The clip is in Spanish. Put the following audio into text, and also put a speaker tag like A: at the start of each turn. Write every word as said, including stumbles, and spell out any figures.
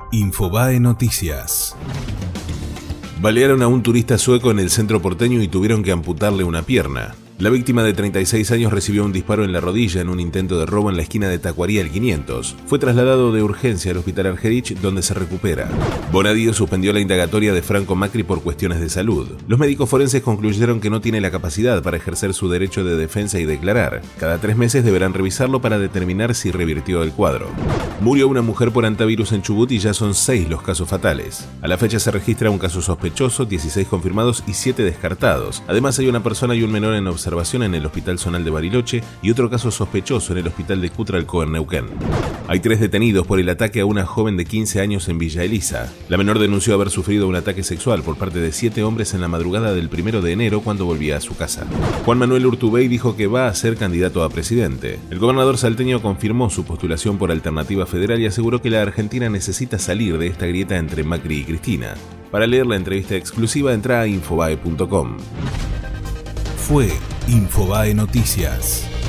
A: Infobae Noticias.
B: Balearon a un turista sueco en el centro porteño y tuvieron que amputarle una pierna. La víctima de treinta y seis años recibió un disparo en la rodilla en un intento de robo en la esquina de Tacuarí al quinientos. Fue trasladado de urgencia al hospital Argerich, donde se recupera. Bonadío suspendió la indagatoria de Franco Macri por cuestiones de salud. Los médicos forenses concluyeron que no tiene la capacidad para ejercer su derecho de defensa y declarar. Cada tres meses deberán revisarlo para determinar si revirtió el cuadro. Murió una mujer por hantavirus en Chubut y ya son seis los casos fatales. A la fecha se registra un caso sospechoso, dieciséis confirmados y siete descartados. Además hay una persona y un menor en observación en el Hospital Zonal de Bariloche y otro caso sospechoso en el Hospital de Cutralcó en Neuquén. Hay tres detenidos por el ataque a una joven de quince años en Villa Elisa. La menor denunció haber sufrido un ataque sexual por parte de siete hombres en la madrugada del primero de enero cuando volvía a su casa. Juan Manuel Urtubey dijo que va a ser candidato a presidente. El gobernador salteño confirmó su postulación por Alternativa Federal y aseguró que la Argentina necesita salir de esta grieta entre Macri y Cristina. Para leer la entrevista exclusiva, entra a infobae punto com.
A: Fue Infobae Noticias.